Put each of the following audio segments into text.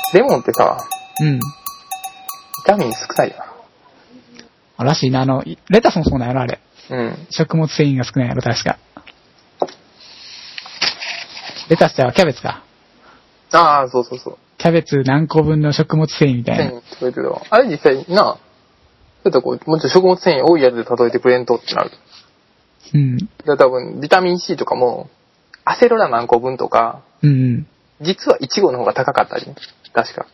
レモンってさ、 うん。 ビタミン少ないよな。 らしいな、レタスもそうなんやろ、あれ。 うん。 食物繊維が少ないやろ、確か。レタスじゃキャベツか。 ああ、そうそうそう。 キャベツ何個分の食物繊維みたいな。 繊維って言うけど、あれ実際な、ちょっとこう、もちろん食物繊維多いやつで例えてくれんとってなる。 うん。 で多分、ビタミン C とかも、アセロラ何個分とか、 うんうん。 実はイチゴの方が高かったり、確か。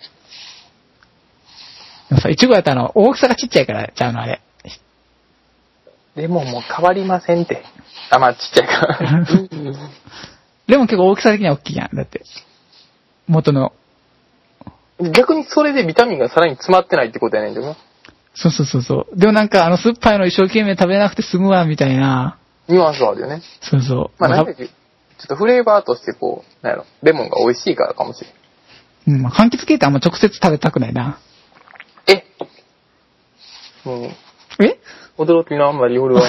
でもさ、イチゴやったら大きさがちっちゃいからちゃうの、あれ。 レモンも変わりませんって。あ、まあちっちゃいから。 レモン結構大きさ的には大きいやん、だって。元の。 逆にそれでビタミンがさらに詰まってないってことやねんけどな。 そうそうそうそう。でもなんか酸っぱいの一生懸命食べなくて済むわ、みたいな。 ニュアンスはあるよね。 そうそう。 まあなんで、ちょっとフレーバーとしてこう、なんやろ、レモンが美味しいからかもしれん。 うん、まあ、柑橘系ってあんま直接食べたくないな。 もう、 え驚きのあんまり俺は。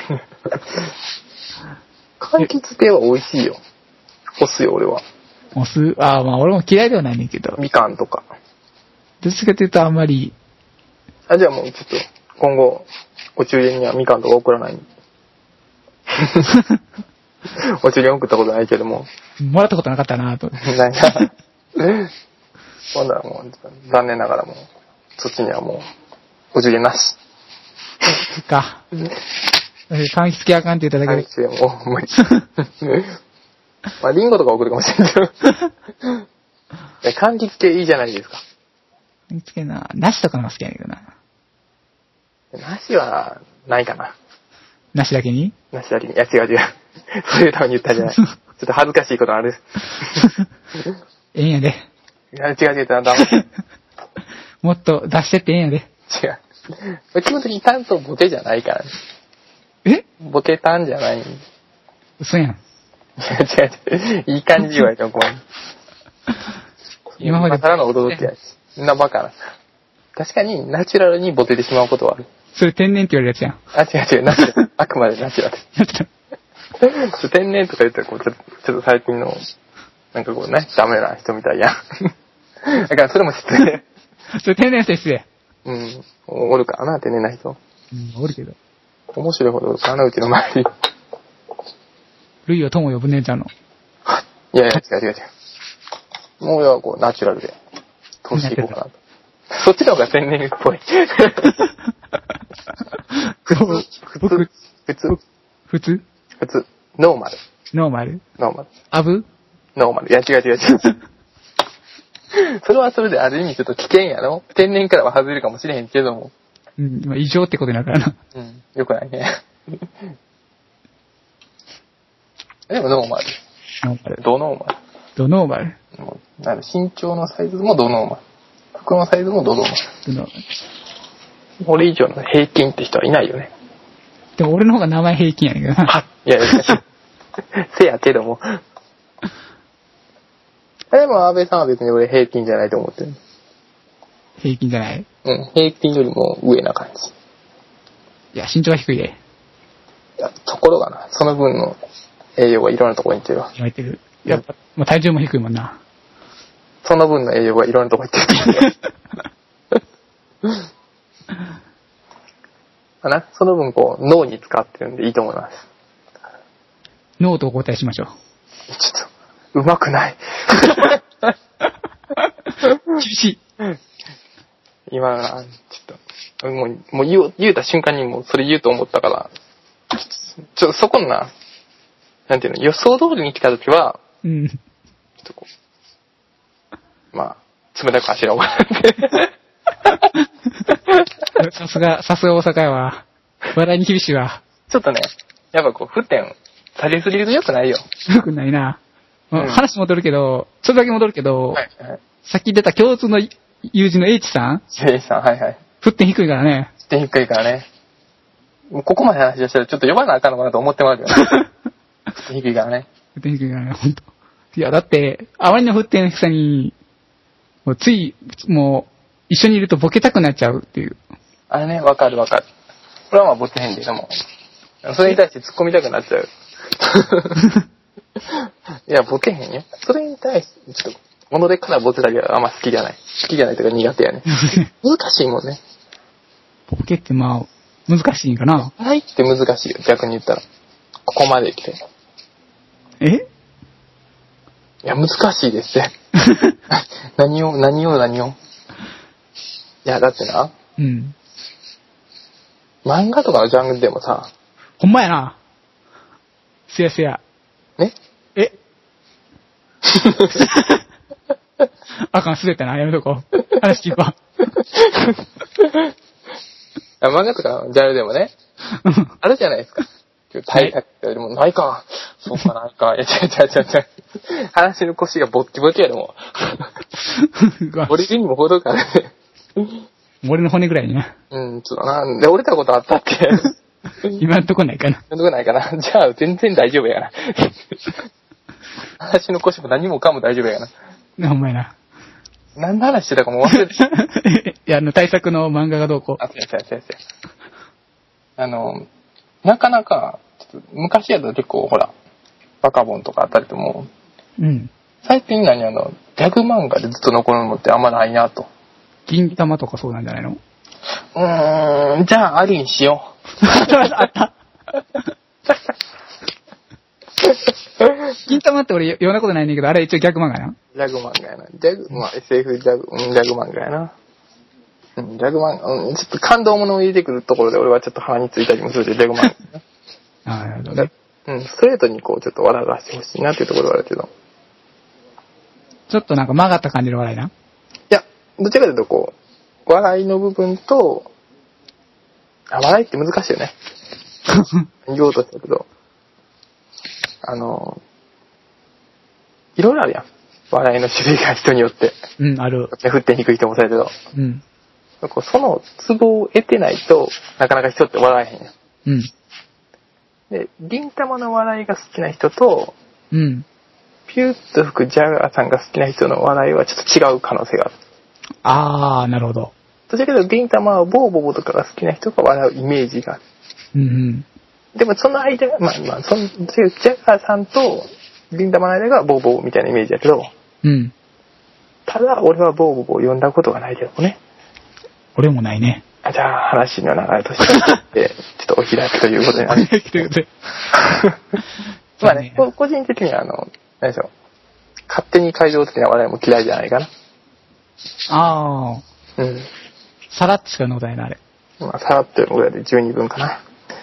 柑橘系は美味しいよ。干すよ、俺は。 まあ俺も嫌いではないねんけど。 みかんとか。 どっちかというとあんまり。 あ、じゃあもうちょっと、今後、お中元にはみかんとか送らない。お中元送ったことないけども。 もらったことなかったなと。 なんか、ほんならもう、残念ながらもう、そっちにはもう、お中元なし。 そっか。柑橘系あかんって言っただけで。 柑橘系もう無理。まあ、リンゴとか送るかもしれんけど。柑橘系いいじゃないですか。 柑橘系な、梨とかのが好きやねんけどな。 梨は、ないかな。 梨だけに梨だけに。いや、違う違う。そういうために言ったんじゃない。ちょっと恥ずかしいことある。 ええんやで。 いや、違う違う、ダメ。 もっと出してってええんやで。 違う。基本的に担当ボケじゃないからね。 えボケたんじゃない。 嘘やん。 違う。いい感じ言われても困る。 今まで。 からの驚きやし。そんなバカな。確かに、ナチュラルにボケてしまうことはある。 それ天然って言われるやつやん。 あ、違う。ナチュラル。あくまでナチュラル。天然とか言ったら、こう、ちょっと最近の、なんかこうね、ダメな人みたいやん。だからそれも失礼。 それ天然性失礼。 うん。おるからな、天然な人。 うん、おるけど。 面白いほどおるからな、うちの周り。 類を友呼ぶねんちゃうの。 いや、違う。もう俺はこう、ナチュラルで、通していこうかなと。そっちの方が天然っぽい。普通ノーマル。 ノーマルアブノーマル。いや、違う。それはそれである意味ちょっと危険やろ。天然からは外れるかもしれへんけども。 うん、今異常ってことになるからな。 うん、よくないね。でもノーマル。 ノーマル。 ドノーマル。 ドノーマル。 身長のサイズもドノーマル。服のサイズもドノーマル。 ドノーマル。 俺以上の平均って人はいないよね。 でも俺の方が名前平均やねんけどな。 いや、せやけども。でも安倍さんは別に俺平均じゃないと思ってる。 平均じゃない。 うん、平均よりも上な感じ。 いや、身長は低いで。 いや、ところがな、その分の栄養がいろんなところに行ってるわ。 言われてる。やっぱ、もう体重も低いもんな。 その分の栄養がいろんなところに行ってる。その分こう、脳に使ってるんでいいと思います。 脳とお答えしましょう。 ちょっと、うまくない。 厳しい。 今な、ちょっと、もう言うた瞬間にもうそれ言うと思ったから、ちょっとそこのな、なんていうの、予想通りに来たときは、 うん。 ちょっとこう、まあ、冷たく走ろうかなって。 さすが大阪やわ。笑いに厳しいわ。 ちょっとね、やっぱこう、沸点下げすぎると良くないよ。 良くないな。 うん、 話戻るけど、それだけ戻るけど、 はい。 さっき出た共通の友人の H さん H さん、はい。 沸点低いからね。 沸点低いからね。もうここまで話したらちょっと呼ばなあかんのかなと思ってますよね。沸点低いからね。 沸点低いからね、ほんと。いや、だって、あまりの沸点の低さに、もう一緒にいるとボケたくなっちゃうっていう。 あれね、わかる。これはまあボケへんで、でも、それに対して突っ込みたくなっちゃう。いや、ボケへんよ。それに対して、ちょっと、 モノレからボケたりはあんま好きじゃない。好きじゃないというか苦手やね。難しいもんね。 ボケってまあ、難しいんかな。 笑いって難しいよ、逆に言ったら。ここまで来て。 えいや、難しいですって。何を。いや、だってな、 うん。 漫画とかのジャンルでもさ、 ほんまやな。せやせや。 ねえあかん、滑ったな。やめとこう。話聞こ漫画とかのジャンルでもね、あるじゃないですか。対策よりもないか。そうかないか。いや、違う。話の腰がぼっちぼちやでも。折りにも程があるね。 俺の骨ぐらいにな。 そうだな。で、折れたことあったっけ今んとこないかな。 今んとこないかな。じゃあ、全然大丈夫やな。話の腰も何もかも大丈夫やな。 ほんまやな。 何の話してたかも忘れてた。 いや、対策の漫画がどうこう。 違う。なかなか、昔やと結構、ほら、バカボンとかあったりとも、 うん。 最近ギャグ漫画でずっと残るのってあんまないなと。 銀玉とかそうなんじゃないの？ じゃあ、ありにしよう。 あった。銀玉って俺読んだことないんだけど、あれ一応ギャグ漫画やな。 ギャグ漫画やな。SF ギャグ漫画やな。ギャグ漫画、ちょっと感動ものを入れてくるところで俺はちょっと鼻についたりもするで、ギャグ漫画やな。 なるほどね。 ストレートにこうちょっと笑わせてほしいなっていうところがあるけど。 ちょっとなんか曲がった感じの笑いな。 いや、どちらかというとこう、笑いの部分と、笑いって難しいよね。言おうとしたけど。いろいろあるやん。笑いの種類が人によって。 ある。 振って低い人もそうやけど。そのツボを得てないと、なかなか人って笑えへんやん。で、銀玉の笑いが好きな人と、ピューッと吹くジャガーさんが好きな人の笑いはちょっと違う可能性がある。 あー、なるほど。 どちらかというと銀玉はボーボーとかが好きな人が笑うイメージがある。でもその間が、ジャガーさんと銀玉の間がボーボーみたいなイメージだけど、ただ俺はボーボーを読んだことがないけどね。 俺もないね。 じゃあ話の流れとしてちょっとお開きということになる。まあね、個人的には何でしょう、勝手に改造的な笑いも嫌いじゃないかな。 ああ。さらっとしか飲んだないな、あれ。 さらっとぐらいで12分かな。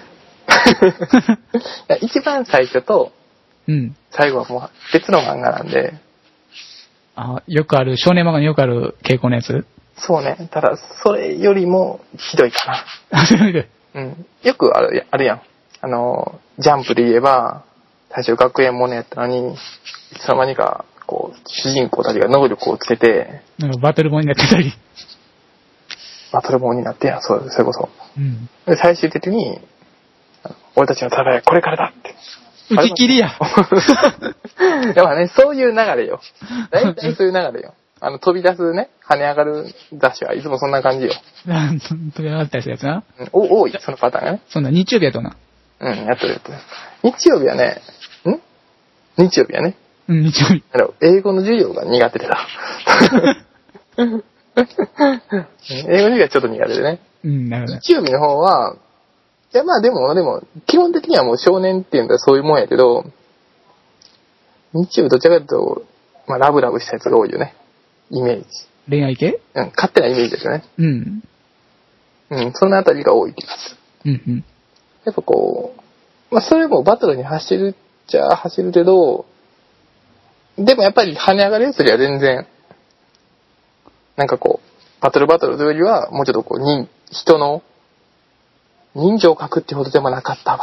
一番最初と、最後はもう別の漫画なんで。 よくある、少年漫画によくある傾向のやつ？ そうね。ただ、それよりもひどいかな。よくあるやん。ジャンプで言えば、最初学園ものやったのに、いつの間にか、こう、主人公たちが能力をつけて、 なんかバトルモンになってたり。 バトルモンになってやん、それこそ。で、最終的に、俺たちの戦いはこれからだって。 打ち切りや。 でもね、そういう流れよ。大体そういう流れよ。飛び出すね、跳ね上がる雑誌はいつもそんな感じよ。 飛び上がったりするやつな。 多い、そのパターンがね。 そんな日曜日やとな。 やっとる。日曜日はね、日曜日はね。 日曜日。 英語の授業が苦手でさ。英語の授業はちょっと苦手でね。 なるほど。 日曜日の方は、いやまあでも、基本的にはもう少年っていうのはそういうもんやけど、日曜日どちらかというと、ラブラブしたやつが多いよね。イメージ。 恋愛系？ 勝手なイメージですよね。そのあたりが多い気がする。やっぱこう、それもバトルに走るっちゃ走るけど、でもやっぱり跳ね上がるやつよりは全然、なんかこう、バトルというよりは、もうちょっとこう、人の、人情を書くってほどでもなかったわ。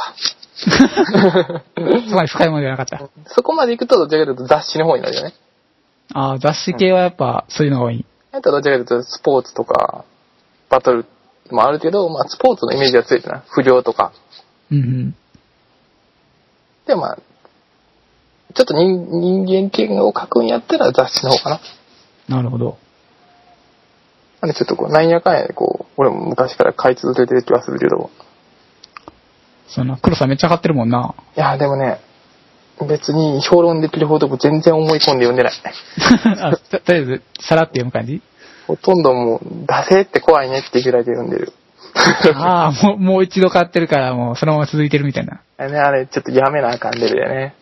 つまり深いものじゃなかった。 そこまで行くとどちらかというと雑誌の方になるよね。 雑誌系はやっぱそういうのが多い。 あとどちらかというとスポーツとか、バトルもあるけど、スポーツのイメージが強いかな。不良とか。でもちょっと人間系を書くんやったら雑誌の方かな。 なるほど。 ちょっとこう、なんやかんやでこう、俺も昔から買い続けてる気はするけど。 そんな、黒さめっちゃ買ってるもんな。 いや、でもね、 別に評論できるほども全然思い込んで読んでない。 とりあえず、さらって読む感じ？ ほとんどもう、出せって怖いねってぐらいで読んでる。 ああ、もう一度買ってるからもうそのまま続いてるみたいな。 あれ、ちょっとやめなあかんレベルだよね。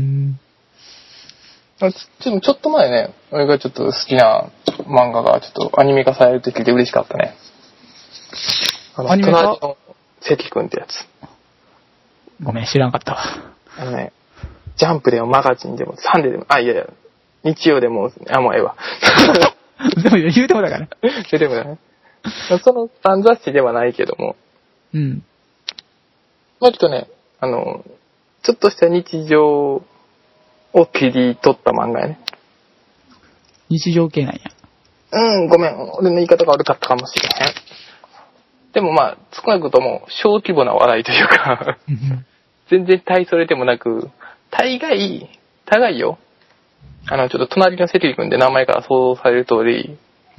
ちょっと前ね、俺がちょっと好きな漫画がちょっとアニメ化されるときで嬉しかったね。 アニメ化？ 隣の関君ってやつ。 ごめん、知らんかったわ。 ね、ジャンプでもマガジンでもサンデーでも、いや、日曜でも、もうええわ。 でも言うてもだから。 言うてもだね。その3雑誌ではないけども。 うん。 割とね、ちょっとした日常を切り取った漫画やね。 日常系なんや。 ごめん。俺の言い方が悪かったかもしれへん。でもまあ、少なくとも小規模な話題というか、全然大それてもなく、大概よ。ちょっと隣の関君で名前から想像される通り、 うん。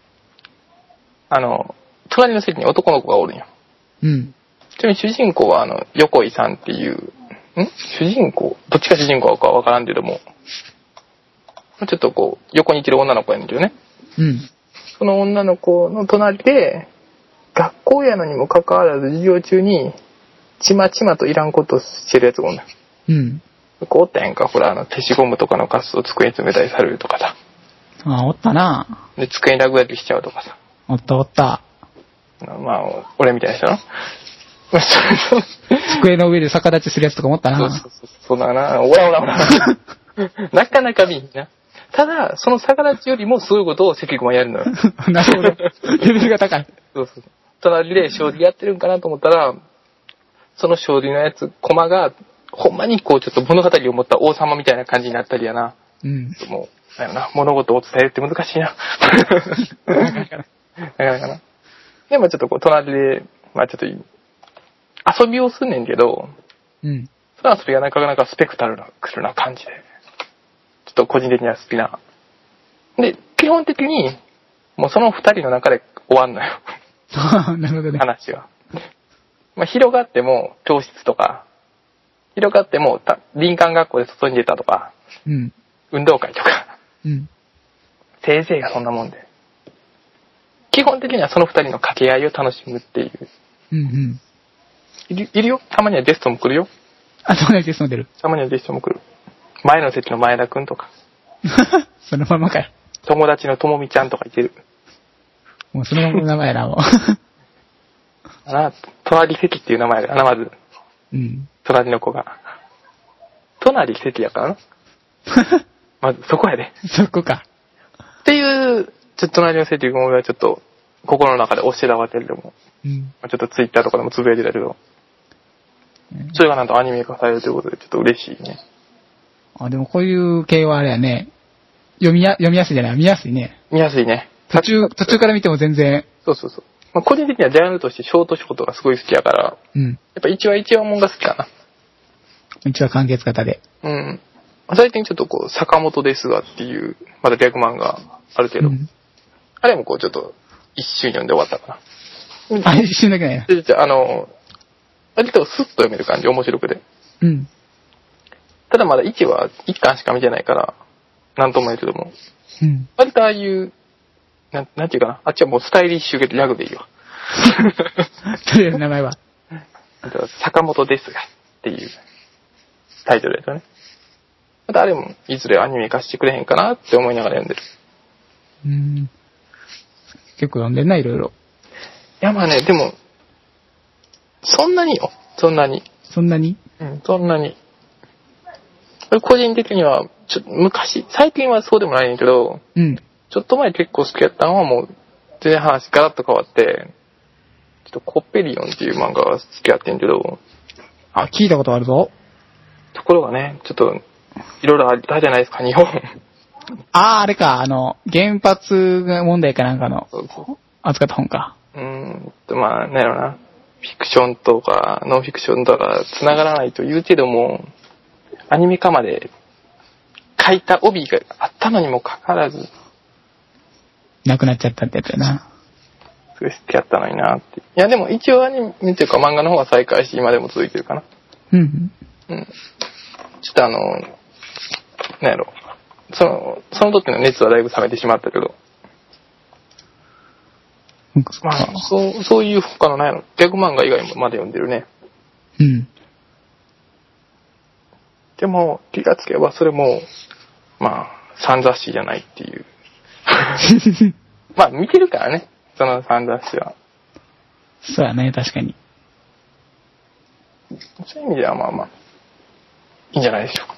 隣の席に男の子がおるんよ。 うん。 ちなみに主人公は横井さんっていう、主人公どっちが主人公かわからんけども、ちょっとこう、横にいてる女の子やねんけどね。 うん。 その女の子の隣で、学校やのにもかかわらず授業中に、ちまちまといらんことしてるやつがおんねん。 うん。 こうおったやんか、ほら、消しゴムとかのカスを机に詰めたりされるとかさ。 おったな。 で、机に落書きしちゃうとかさ。 おった。 まあ、俺みたいな人な。 机の上で逆立ちするやつとか思ったな。 そうだな。おら。なかなか見んな。ただ、その逆立ちよりもそういうことを関君はやるのよ。 なるほど。レベルが高い。 そう。隣で将棋やってるんかなと思ったら、その将棋のやつ、駒が、ほんまにこうちょっと物語を持った王様みたいな感じになったりやな。 うん。 もう、なんやな、物事を伝えるって難しいな。なかなかな。で、まあちょっとこう隣で、まあちょっと遊びをすんねんけど、 うん。 それがなかなかスペクタルな感じで、ちょっと個人的には好きな。で、基本的に、もうその二人の中で終わんのよ。 なるほどね。 話は。まあ広がっても教室とか、広がっても林間学校で外に出たとか、 うん。 運動会とか、 うん。 せいぜいがそんなもんで。基本的にはその二人の掛け合いを楽しむっていう。 うんうん。 いるよ。たまにはゲストも来るよ。 たまにはゲストも出る。 たまにはゲストも来る。前の席の前田くんとか。 そのままかよ。 友達のともみちゃんとかいてる。 もうそのままの名前やな、もう。 隣席っていう名前だな、まず。 うん。 隣の子が。隣席やからな。まず、そこやで。 そこか。 っていう、ちょっと隣の席君俺はちょっと、心の中で教えたわけでも、 うん、 ちょっとツイッターとかでもつぶやいてたけど、それがなんとアニメ化されるということで、ちょっと嬉しいね。 でもこういう系はあれやね、読みやすいじゃない、見やすいね。 見やすいね。 途中から見ても全然。 そう。まあ、個人的にはジャンルとしてショートショートがすごい好きやから、 うん。 やっぱ一話もんが好きかな。 一話完結型で。 うん。最近ちょっとこう、坂本ですがっていう、まだ逆漫画あるけど、あれもこうちょっと、一瞬読んで終わったかな。 一瞬だけなんや。 割とスッと読める感じ、面白くて。 うん。 ただまだ1話、1巻しか見てないから、なんとも言うけども。 うん。 割とああいう、なんていうかな、あっちはもうスタイリッシュギャグでいいわ。 とりあえず名前は。 坂本ですがっていうタイトルやとね。またあれもいずれアニメ化してくれへんかなって思いながら読んでる。 結構読んでんな、いろいろ。 いやまあね、でも、そんなによ。そんなに。 そんなに？ うん、そんなに。個人的には、昔、最近はそうでもないんだけど、 うん。 ちょっと前結構好きやったのはもう、全然話ガラッと変わって、ちょっとコッペリオンっていう漫画が好きやってんけど、 聞いたことあるぞ。 ところがね、ちょっと、いろいろあったじゃないですか、日本。 あれか、原発問題かなんかの、扱った本か。 まあ、なんやろな。フィクションとか、ノンフィクションとか、繋がらないと言うけども、アニメ化まで書いた帯があったのにもかかわらず、 なくなっちゃったってやつやな。 すごい好きやったのになって。いや、でも一応アニメっていうか漫画の方が再開し、今でも続いてるかな。 うん。 ちょちょっとなんやろ、その時の熱はだいぶ冷めてしまったけど、まあ、そういう他のないの、ギャグ漫画以外もまだ読んでるね。 うん。 でも、気がつけばそれも、まあ、3雑誌じゃないっていう。まあ、見てるからね、その3雑誌は。 そうやね、確かに。 そういう意味ではまあまあ、いいんじゃないでしょうか。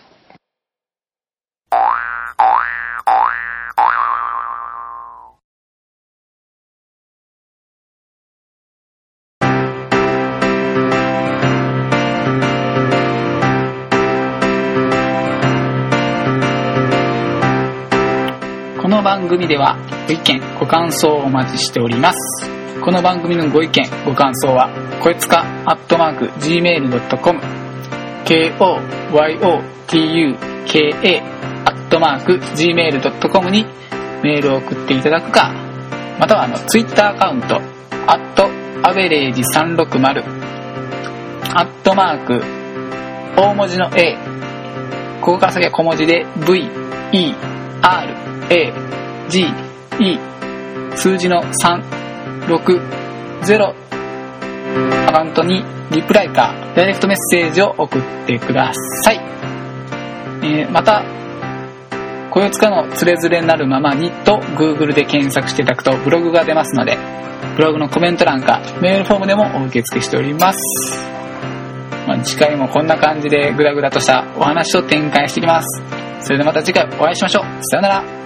この番組ではご意見ご感想をお待ちしております。この番組のご意見ご感想はこえつか@gmail.com koyotuka@gmail.com にメールを送っていただくか、またはツイッターアカウント@average360大文字の A、 ここから先は小文字で VERAGE 数字の360アカウントにリプライかダイレクトメッセージを送ってください。またこよつかのつれづれなるままにと Google で検索していただくとブログが出ますので、ブログのコメント欄かメールフォームでもお受け付けしております。次回もこんな感じでグダグダとしたお話を展開していきます。それではまた次回お会いしましょう。さよなら。